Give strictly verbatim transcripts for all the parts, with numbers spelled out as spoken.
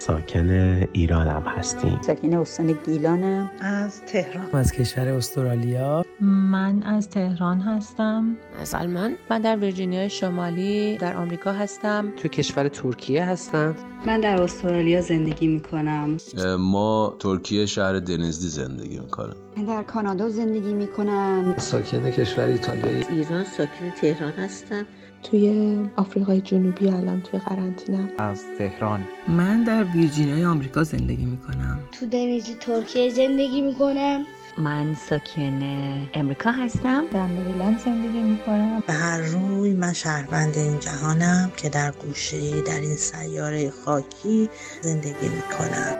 ساکن ایران هم هستیم. ساکن استان گیلانم. از تهران. از کشور استرالیا. من از تهران هستم. از آلمان. من در ویرجینیای شمالی در آمریکا هستم. تو کشور ترکیه هستم. من در استرالیا زندگی میکنم. ما ترکیه شهر دنزلی زندگی میکنم. من در کانادا زندگی میکنم. ساکن کشور ایتالیا. ایران ساکن تهران هستم. توی آفریقای جنوبی الان توی قرنطینه‌ام. از تهران. من در ویرجینیای آمریکا زندگی میکنم. تو دنیزی ترکیه زندگی میکنم. من ساکن امریکا هستم. در مریلند زندگی میکنم. به هر روی من شهروند این جهانم که در گوشه‌ای در این سیاره خاکی زندگی میکنم.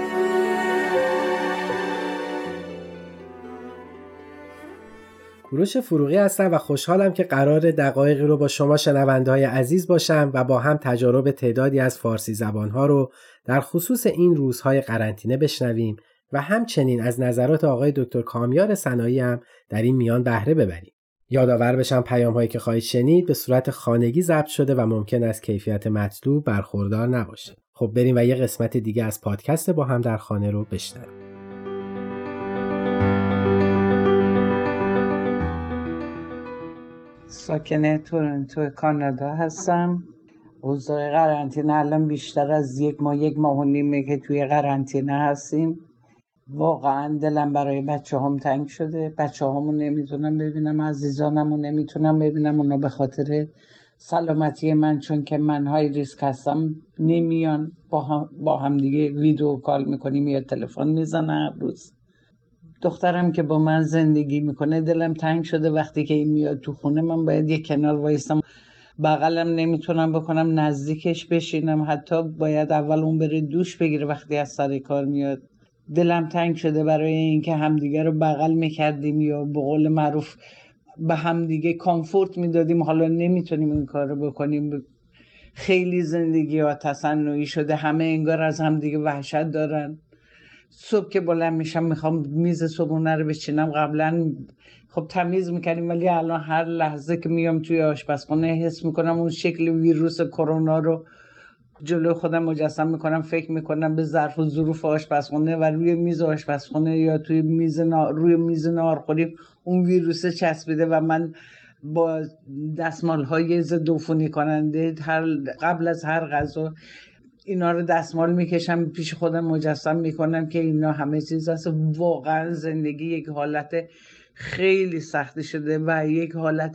کوروش فروغی هستم و خوشحالم که قرار دقایقی رو با شما شنونده‌های عزیز باشم و با هم تجارب تعدادی از فارسی زبان‌ها رو در خصوص این روزهای قرنطینه بشنویم و همچنین از نظرات آقای دکتر کامیار سنایی هم در این میان بهره ببریم. یادآور بشم پیام‌هایی که خواهید شنید به صورت خانگی ضبط شده و ممکن است کیفیت مطلوب برخوردار نباشه. خب بریم و یه قسمت دیگه از پادکست با هم در خانه رو بشنویم. ساکن تورنتو کانادا هستم. اوضاع قرنطینه الان بیشتر از یک ماه یک ماه و نیمه که توی قرنطینه هستیم. واقعا دلم برای بچه هم تنگ شده. بچه همون نمیتونم ببینم، عزیزانمو نمیتونم ببینم. اونا به خاطر سلامتی من، چون که من های ریسک هستم، نمیان. با هم, با هم دیگه ویدیو کال میکنیم یا تلفن میزنن. روز دخترم که با من زندگی میکنه دلم تنگ شده. وقتی که این میاد تو خونه من باید یه کنار وایستم، بغلم نمیتونم بکنم، نزدیکش بشینم. حتی باید اول اون بره دوش بگیره وقتی از سر کار میاد. دلم تنگ شده برای اینکه همدیگه رو بغل میکردیم یا به قول معروف به همدیگه کامفورت میدادیم. حالا نمیتونیم این کار رو بکنیم. خیلی زندگی ها تصنعی شده. همه انگار از همدیگه وحشت دارن. صبح که بلند میشم میخوام میز صبحونه رو بچینم. قبلا خب تمیز میکنیم، ولی الان هر لحظه که میام توی آشپزخونه حس میکنم اون شکل ویروس کرونا رو جلو خودم مجسم میکنم. فکر میکنم به ظرف و ظروف آشپزخونه و روی میز آشپزخونه یا توی میز نا... روی میز ناهارخوری اون ویروس چسبیده و من با دستمال های ضد عفونی کننده هر قبل از هر غذا اینا رو دستمال میکشم پیش خودم، مجسم میکنم که اینا همه چیز هست. واقعا زندگی یک حالت خیلی سختی شده و یک حالت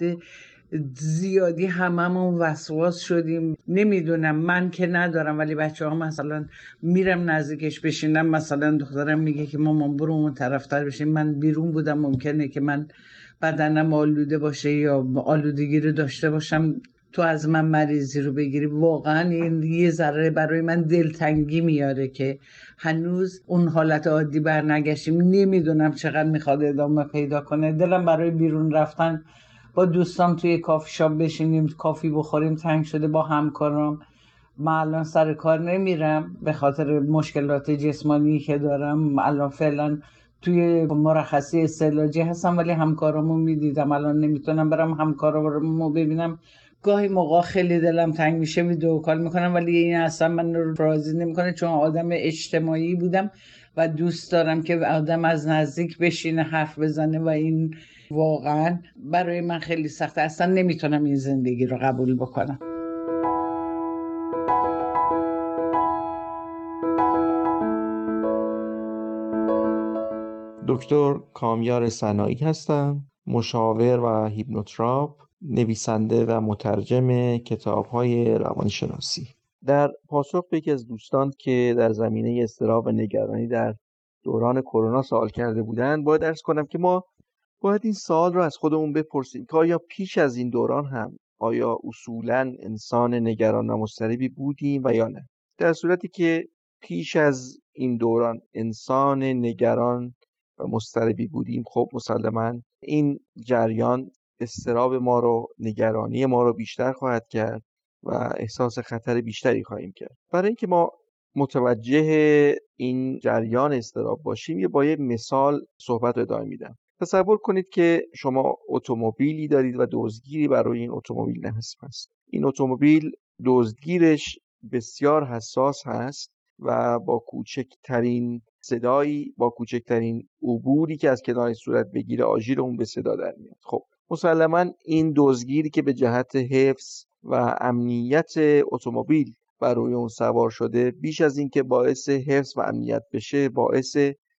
زیادی هممون وسواس شدیم. نمیدونم، من که ندارم ولی بچه ها مثلا میرم نزدیکش بشینم، مثلا دخترم میگه که مامان برو اون طرفتر بشین. من بیرون بودم، ممکنه که من بدنم آلوده باشه یا آلودگی رو داشته باشم، تو از من مریضی رو بگیری. واقعا این یه ذره برای من دلتنگی میاره که هنوز اون حالت عادی بر نگشتیم. نمیدونم چقدر میخواد ادامه پیدا کنه. دلم برای بیرون رفتن با دوستام توی کافی شاپ بشینیم کافی بخوریم تنگ شده. با همکارام من الان سر کار نمیرم به خاطر مشکلات جسمانی که دارم. الان فعلا توی مرخصی استعلاجی هستم ولی همکارامو میدیدم. الان نمیتونم برم همکارامو ببینم. گاهی موقع خیلی دلم تنگ میشه ویدیو کال میکنم، ولی این اصلا من رو راضی نمیکنه، چون آدم اجتماعی بودم و دوست دارم که آدم از نزدیک بشینه حرف بزنه و این واقعا برای من خیلی سخته. اصلا نمیتونم این زندگی رو قبول بکنم. دکتر کامیار سنایی هستم، مشاور و هیپنوتراپ، نویسنده و مترجم کتاب‌های روانشناسی. در پاسخ به یکی از دوستان که در زمینه اضطراب و نگرانی در دوران کرونا سوال کرده بودند، باید عرض کنم که ما باید این سوال رو از خودمون بپرسیم که آیا پیش از این دوران هم آیا اصولاً انسان نگران و مضطربی بودیم و یا نه؟ در صورتی که پیش از این دوران انسان نگران و مضطربی بودیم، خب مسلماً این جریان اضطراب ما رو، نگرانی ما رو بیشتر خواهد کرد و احساس خطر بیشتری خواهیم کرد. برای اینکه ما متوجه این جریان اضطراب باشیم، یه با یه مثال صحبت رو ادامه میدم. تصور کنید که شما اتومبیلی دارید و دزدگیری برای این اتومبیل نصب هست. این اتومبیل دزدگیرش بسیار حساس هست و با کوچکترین صدایی، با کوچکترین عبوری که از کنارش صورت بگیره آژیر اون به صدا در میاد. خب مسلماً این دزدگیری که به جهت حفظ و امنیت اتومبیل بر روی اون سوار شده، بیش از این که باعث حفظ و امنیت بشه، باعث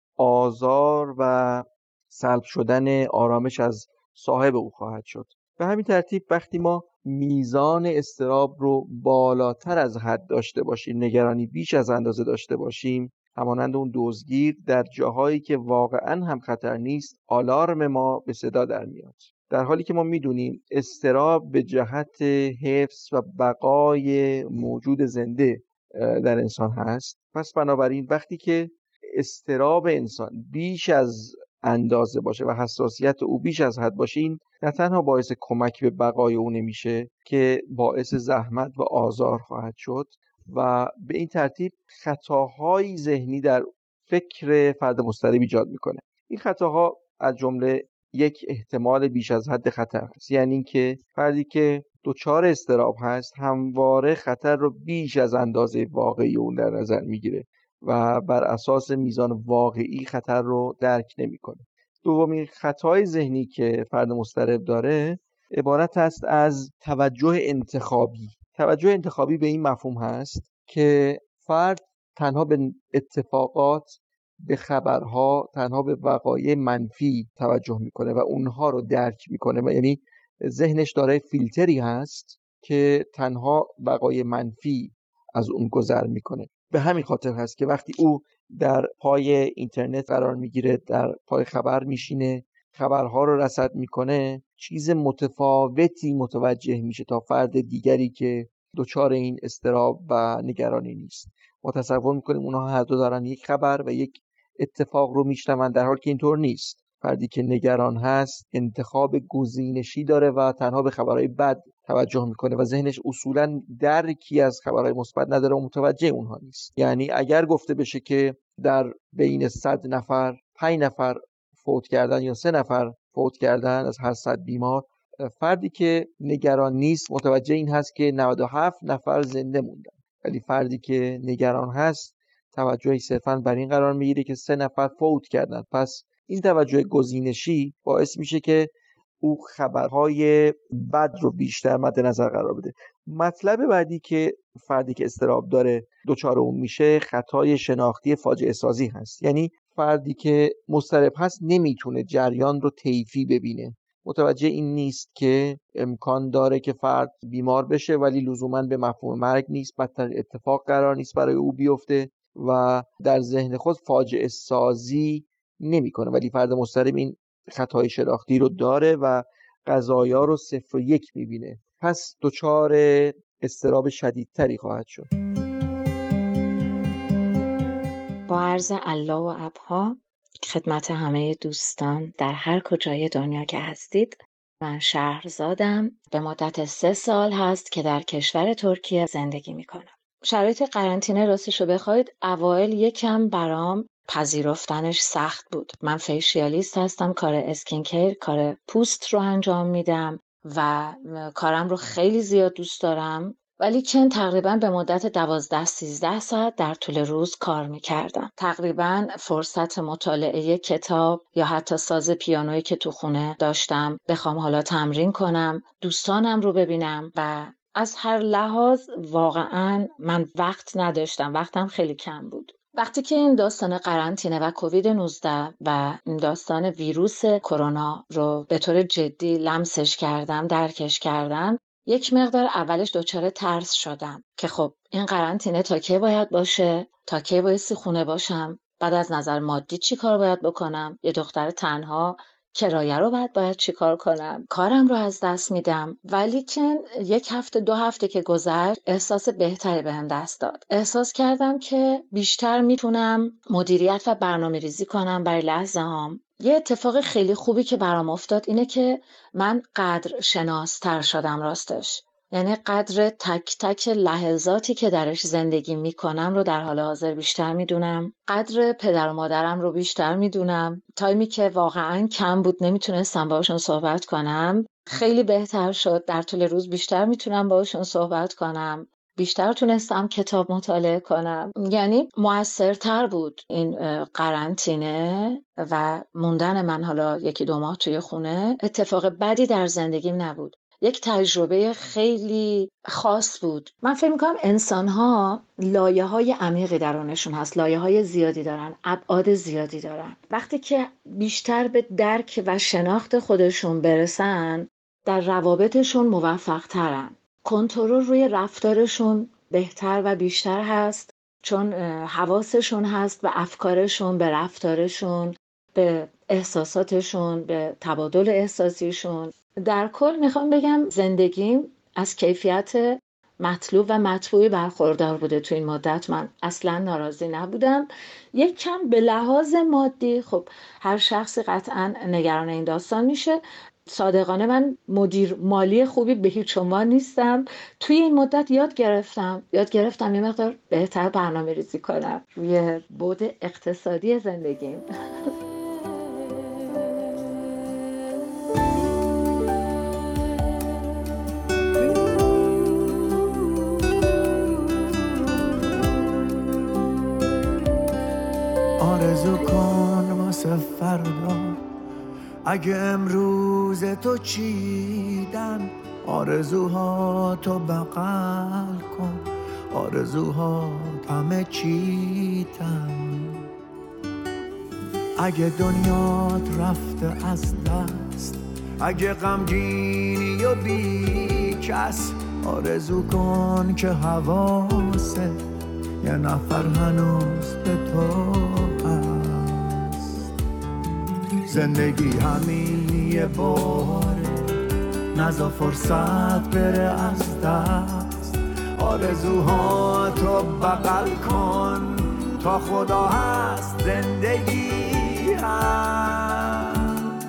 آزار و سلب شدن آرامش از صاحب او خواهد شد. به همین ترتیب وقتی ما میزان اضطراب رو بالاتر از حد داشته باشیم، نگرانی بیش از اندازه داشته باشیم، همانند اون دزدگیر، در جاهایی که واقعاً هم خطر نیست آلارم ما به صدا در میاد، در حالی که ما میدونیم اضطراب به جهت حفظ و بقای موجود زنده در انسان هست. پس بنابراین وقتی که اضطراب انسان بیش از اندازه باشه و حساسیت او بیش از حد باشه، این نه تنها باعث کمک به بقای او نمیشه که باعث زحمت و آزار خواهد شد و به این ترتیب خطاهای ذهنی در فکر فرد مضطرب ایجاد میکنه. این خطاها از جمله یک احتمال بیش از حد خطر هست، یعنی اینکه فردی که دچار اضطراب هست همواره خطر رو بیش از اندازه واقعی اون در نظر میگیره و بر اساس میزان واقعی خطر رو درک نمیکنه. دومین خطای ذهنی که فرد مضطرب داره عبارت است از توجه انتخابی. توجه انتخابی به این مفهوم هست که فرد تنها به اتفاقات، به خبرها، تنها به وقایع منفی توجه میکنه و اونها رو درک میکنه و یعنی ذهنش داره فیلتری هست که تنها وقایع منفی از اون گذر میکنه. به همین خاطر هست که وقتی او در پای اینترنت قرار میگیره، در پای خبر میشینه، خبرها رو رصد میکنه، چیز متفاوتی متوجه میشه تا فرد دیگری که دچار این اضطراب و نگرانی نیست. ما تصور میکنیم اونها هر دو دارن یک خبر و یک اتفاق رو میشنون، در حالی که اینطور نیست. فردی که نگران هست انتخاب گزینشی داره و تنها به خبرهای بد توجه میکنه و ذهنش اصولاً درکی از خبرهای مثبت نداره و متوجه اونها نیست. یعنی اگر گفته بشه که در بین صد نفر پنج نفر فوت کردن یا سه نفر فوت کردن از هر صد بیمار، فردی که نگران نیست متوجه این هست که نود و هفت نفر زنده موندن، ولی فردی که نگران هست توجهی صرفاً بر این قرار میگیره که سه نفر فوت کردن. پس این توجه گزینشی باعث میشه که او خبرهای بد رو بیشتر مد نظر قرار بده. مطلب بعدی که فردی که اضطراب داره دچار اون میشه خطای شناختی فاجعه سازی هست. یعنی فردی که مضطرب هست نمیتونه جریان رو طیفی ببینه، متوجه این نیست که امکان داره که فرد بیمار بشه ولی لزوماً به مفهوم مرگ نیست، بدتر اتفاق قرار نیست برای او بیفته و در ذهن خود فاجعه سازی نمیکنه. ولی فرد مضطرب این خطای شناختی رو داره و قضایا رو صفر و یک میبینه، پس دچار اضطراب شدیدتری خواهد شد. با عرض الله و ابها خدمت همه دوستان در هر کجای دنیا که هستید، من شهرزادم. به مدت سه سال هست که در کشور ترکیه زندگی میکنم. شرایط قرنطینه راستشو بخواید اوایل یکم برام پذیرفتنش سخت بود. من فیشیالیست هستم، کار اسکین کیر، کار پوست رو انجام میدم و کارم رو خیلی زیاد دوست دارم، ولی که تقریبا به مدت دوازده سیزده ساعت در طول روز کار میکردم. تقریبا فرصت مطالعه کتاب یا حتی ساز پیانویی که تو خونه داشتم بخوام حالا تمرین کنم، دوستانم رو ببینم و از هر لحاظ واقعا من وقت نداشتم، وقتم خیلی کم بود. وقتی که این داستان قرنطینه و کووید نوزده و این داستان ویروس کرونا رو به طور جدی لمسش کردم، درکش کردم، یک مقدار اولش دچار ترس شدم که خب این قرنطینه تا کی باید باشه، تا کی بایستی خونه باشم، بعد از نظر مادی چی کار باید بکنم، یه دختر تنها کرایه رو بعد باید چی کار کنم، کارم رو از دست میدم. ولی که یک هفته دو هفته که گذشت احساس بهتری بهم دست داد. احساس کردم که بیشتر میتونم مدیریت و برنامه ریزی کنم برای لحظه هام. یه اتفاق خیلی خوبی که برام افتاد اینه که من قدر شناستر شدم راستش. یعنی قدر تک تک لحظاتی که درش زندگی میکنم رو در حال حاضر بیشتر میدونم. قدر پدر و مادرم رو بیشتر میدونم. تایمی که واقعا کم بود نمیتونستم باهاشون صحبت کنم خیلی بهتر شد. در طول روز بیشتر میتونم باهاشون صحبت کنم بیشتر تونستم کتاب مطالعه کنم. یعنی موثرتر بود این قرنطینه و موندن من حالا یکی دو ماه توی خونه. اتفاق بدی در زندگیم نبود. یک تجربه خیلی خاص بود. من فکر می‌کنم انسان‌ها لایه‌های عمیقی درونشون هست، لایه‌های زیادی دارن، ابعاد زیادی دارن. وقتی که بیشتر به درک و شناخت خودشون برسن، در روابطشون موفق‌ترن. کنترل روی رفتارشون بهتر و بیشتر هست، چون حواسشون هست به افکارشون، به رفتارشون، به احساساتشون، به تبادل احساسیشون. در کل میخوام بگم زندگیم از کیفیت مطلوب و مطبوعی برخوردار بوده. تو این مدت من اصلا ناراضی نبودم. یک کم به لحاظ مادی، خب هر شخصی قطعا نگران این داستان میشه. صادقانه من مدیر مالی خوبی به هیچ عنوان نیستم. توی این مدت یاد گرفتم یاد گرفتم یه مقدار بهتر برنامه ریزی کنم روی بعد اقتصادی زندگیم. آرزو کن واسه فردا اگه امروز تو چیدن، آرزوها تو بغل کن، آرزوها همه چیدن. اگه دنیات رفته از دست، اگه غمگینی و بی کس، آرزو کن که حواست یه نفر هنوز به تو هست. زندگی همین یه باره، نزا فرصت بره از دست. آرزوها تو بغل کن، تا خدا هست زندگی هست.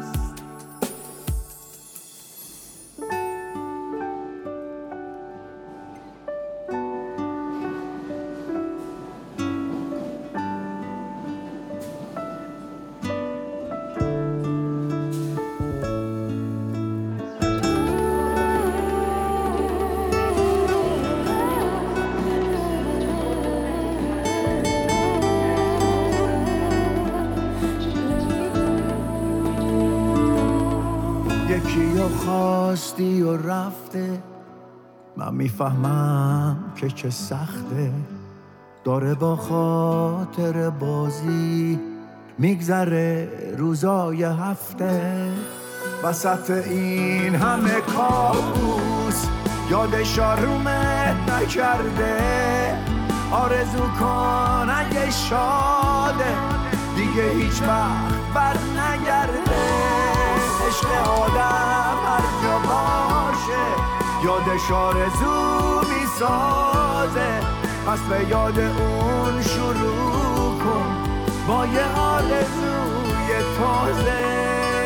یکیو خواستی و رفته، من میفهمم که چه سخته. داره با خاطر بازی میگذره روزای هفته. وسط این همه کابوس یادش آرومت نکرده. آرزو کن اگه شاده دیگه هیچ وقت بر نگرده. عشق آدم هر جا باشه یادش آرزو میسازه. پس به یاد اون شروع کن با یه آرزوی تازه.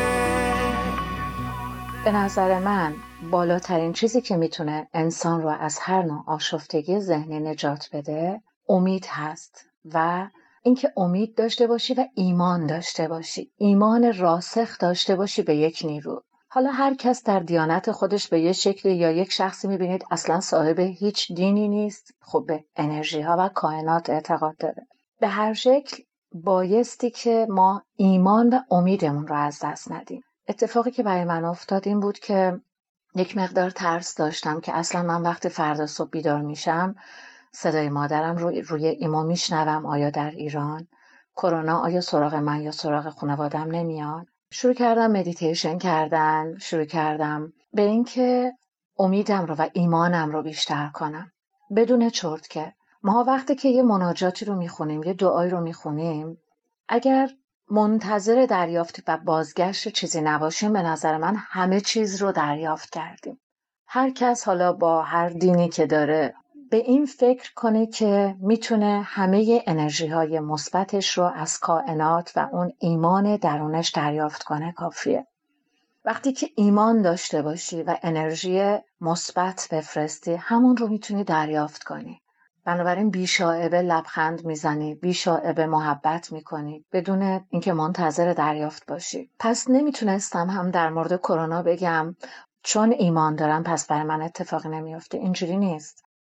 به نظر من بالاترین چیزی که میتونه انسان رو از هر نوع آشفتگی ذهنی نجات بده امید هست و اینکه امید داشته باشی و ایمان داشته باشی، ایمان راسخ داشته باشی به یک نیرو. حالا هر کس در دیانت خودش به یه شکلی یا یک شخصی میبینید اصلا صاحب هیچ دینی نیست، خب به انرژی ها و کائنات اعتقاد داره. به هر شکل بایستی که ما ایمان و امیدمون رو از دست ندیم. اتفاقی که برای من افتاد این بود که یک مقدار ترس داشتم که اصلا من وقتی فردا صبح بیدار میشم صدای مادرم رو روی ایما میشنوم. آیا در ایران کرونا آیا سراغ من یا سراغ خانوادم نمیاد؟ شروع کردم مدیتیشن کردن، شروع کردم به اینکه امیدم رو و ایمانم رو بیشتر کنم بدون چرتکه. ما وقتی که یه مناجاتی رو میخونیم، یه دعایی رو میخونیم، اگر منتظر دریافت و بازگشت چیزی نباشیم به نظر من همه چیز رو دریافت کردیم. هر کس حالا با هر دینی که داره به این فکر کنه که میتونه همه انرژی های مثبتش رو از کائنات و اون ایمان درونش دریافت کنه کافیه. وقتی که ایمان داشته باشی و انرژی مثبت بفرستی همون رو میتونی دریافت کنی. بنابراین بی‌شائبه لبخند میزنی، بی‌شائبه محبت میکنی بدون اینکه منتظر دریافت باشی. پس نمیتونستم هم در مورد کرونا بگم چون ایمان دارم پس برای من اتفاقی نمیفته. اینجوری نیست.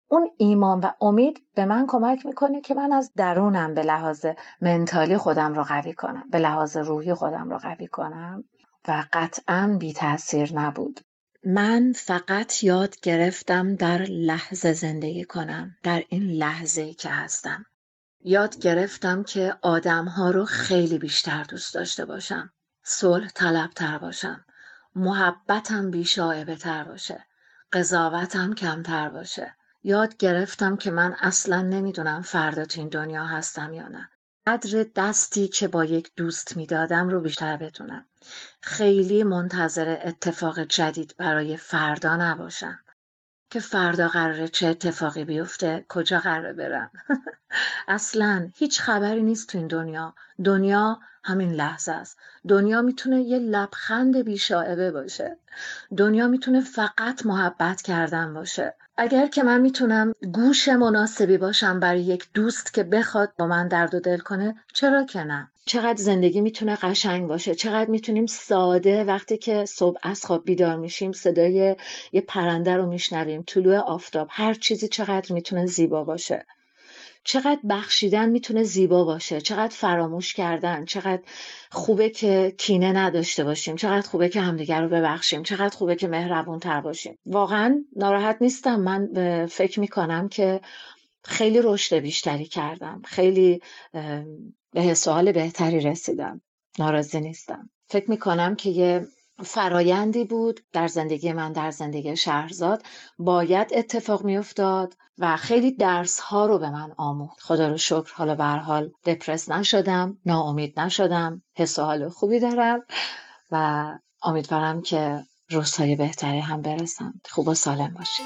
اون ایمان و امید به من کمک میکنه که من از درونم به لحاظ منتالی خودم رو قوی کنم، به لحاظ روحی خودم رو قوی کنم و قطعاً بی تأثیر نبود. من فقط یاد گرفتم در لحظه زندگی کنم، در این لحظه‌ای که هستم. یاد گرفتم که آدم‌ها رو خیلی بیشتر دوست داشته باشم، صلح طلب‌تر باشم، محبتم بی‌شائبه‌تر باشه، قضاوتم کمتر باشه. یاد گرفتم که من اصلا نمیدونم فردا تو این دنیا هستم یا نه. قدر دستی که با یک دوست میدادم رو بیشتر بدونم. خیلی منتظر اتفاق جدید برای فردا نباشم که فردا قراره چه اتفاقی بیفته، کجا قراره برم. اصلا هیچ خبری نیست تو این دنیا. دنیا همین لحظه است. دنیا میتونه یه لبخند بی‌شائبه باشه. دنیا میتونه فقط محبت کردن باشه. اگر که من میتونم گوش مناسبی باشم برای یک دوست که بخواد با من درد و دل کنه، چرا که نه؟ چقدر زندگی میتونه قشنگ باشه، چقدر میتونیم ساده وقتی که صبح از خواب بیدار میشیم صدای یه پرنده رو میشنویم، طلوع آفتاب، هر چیزی چقدر میتونه زیبا باشه. چقدر بخشیدن میتونه زیبا باشه، چقدر فراموش کردن، چقدر خوبه که کینه نداشته باشیم، چقدر خوبه که همدیگر رو ببخشیم، چقدر خوبه که مهربون تر باشیم. واقعا ناراحت نیستم. من فکر میکنم که خیلی رشد بیشتری کردم، خیلی به حس و حال بهتری رسیدم. ناراضی نیستم. فکر میکنم که یه فرایندی بود در زندگی من، در زندگی شهرزاد باید اتفاق میافتاد و خیلی درس ها رو به من آموخت. خدا رو شکر حالا به هر حال دپرس نشدم، ناامید نشدم، حس و حال خوبی دارم و امیدوارم که روزهای بهتری هم برسم. خوب و سالم باشید.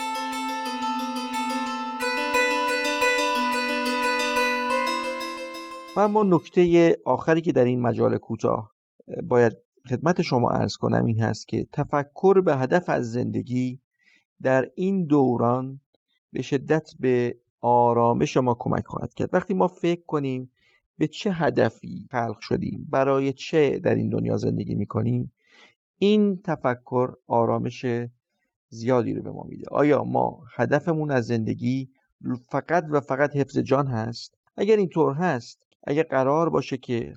و اما نکته آخری که در این مجال کوتاه باید خدمت شما عرض کنم این هست که تفکر به هدف از زندگی در این دوران به شدت به آرامش ما کمک خواهد کرد. وقتی ما فکر کنیم به چه هدفی خلق شدیم، برای چه در این دنیا زندگی میکنیم، این تفکر آرامش زیادی رو به ما میده. آیا ما هدفمون از زندگی فقط و فقط حفظ جان هست؟ اگر اینطور هست، اگر قرار باشه که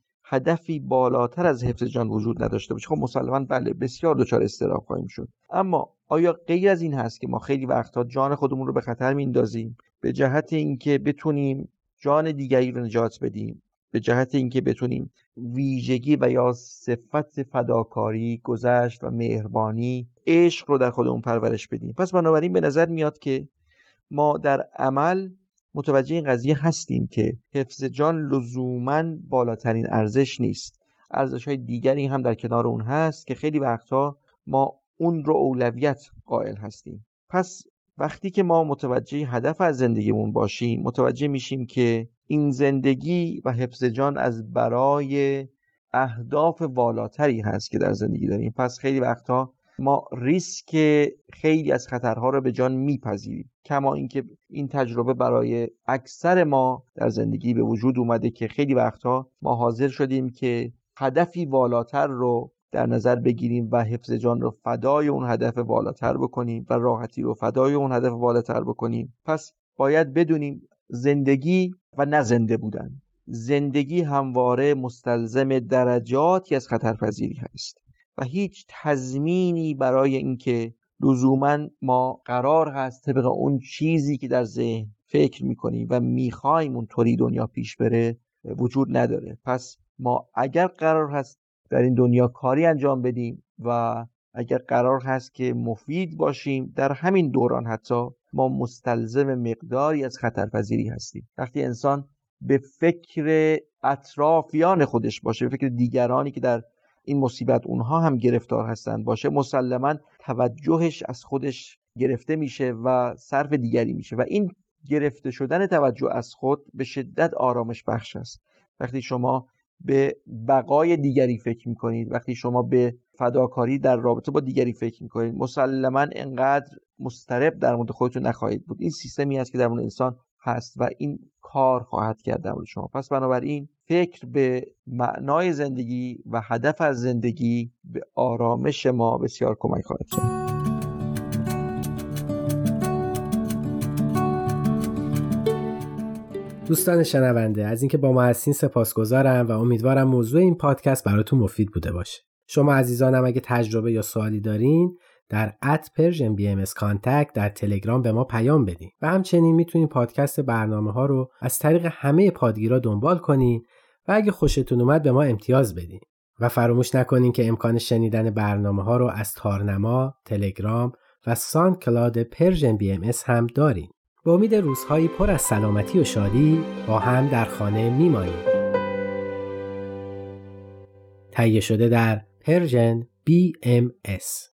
هدفی بالاتر از حفظ جان وجود نداشته باشه، خب مسلماً بله بسیار دچار اضطراب خواهیم شد. اما آیا غیر از این هست که ما خیلی وقتا جان خودمون رو به خطر میندازیم به جهت اینکه بتونیم جان دیگری رو نجات بدیم، به جهت اینکه بتونیم ویژگی و یا صفت فداکاری، گذشت و مهربانی، عشق رو در خودمون پرورش بدیم؟ پس بنابراین به نظر میاد که ما در عمل متوجه این قضیه هستیم که حفظ جان لزوماً بالاترین ارزش نیست. ارزش‌های دیگری هم در کنار اون هست که خیلی وقتا ما اون رو اولویت قائل هستیم. پس وقتی که ما متوجه هدف از زندگیمون باشیم، متوجه میشیم که این زندگی و حفظ جان از برای اهداف والاتری هست که در زندگی داریم. پس خیلی وقتا ما ریسک خیلی از خطرها رو به جان میپذیریم، کما اینکه این تجربه برای اکثر ما در زندگی به وجود اومده که خیلی وقتا ما حاضر شدیم که هدفی والاتر رو در نظر بگیریم و حفظ جان رو فدای اون هدف والاتر بکنیم و راحتی رو فدای اون هدف والاتر بکنیم. پس باید بدونیم زندگی و نه زنده بودن، زندگی همواره مستلزم درجاتی از خطرپذیری هست و هیچ تضمینی برای اینکه لزوماً ما قرار هست طبق اون چیزی که در ذهن فکر میکنیم و میخوایم اونطوری دنیا پیش بره وجود نداره. پس ما اگر قرار هست در این دنیا کاری انجام بدیم و اگر قرار هست که مفید باشیم، در همین دوران حتی ما مستلزم مقداری از خطرپذیری هستیم. وقتی انسان به فکر اطرافیان خودش باشه، به فکر دیگرانی که در این مصیبت اونها هم گرفتار هستن باشه، مسلماً توجهش از خودش گرفته میشه و صرف دیگری میشه و این گرفته شدن توجه از خود به شدت آرامش بخش است. وقتی شما به بقای دیگری فکر میکنید، وقتی شما به فداکاری در رابطه با دیگری فکر میکنید، مسلماً انقدر مضطرب در مورد خودتون نخواهید بود. این سیستمی است که در مورد انسان هست و این کار خواهد کرد در مورد شما. پس بنابراین فکر به معنای زندگی و هدف از زندگی به آرامش ما بسیار کمک خواهد کرد. دوستان شنونده، از اینکه با ما هستین سپاسگزارم و امیدوارم موضوع این پادکست براتون مفید بوده باشه. شما عزیزانم اگه تجربه یا سوالی دارین در ات پرژن بی ام اس کانتکت در تلگرام به ما پیام بدین و همچنین میتونین پادکست برنامه ها رو از طریق همه پادگیرها دنبال کنین و اگه خوشتون اومد به ما امتیاز بدین. و فراموش نکنین که امکان شنیدن برنامه ها رو از تارنما، تلگرام و ساند کلاد پرژن بی ام اس هم دارین. با امید روزهایی پر از سلامتی و شادی با هم در خانه میمانیم. تهیه شده در پرژن بی ام اس.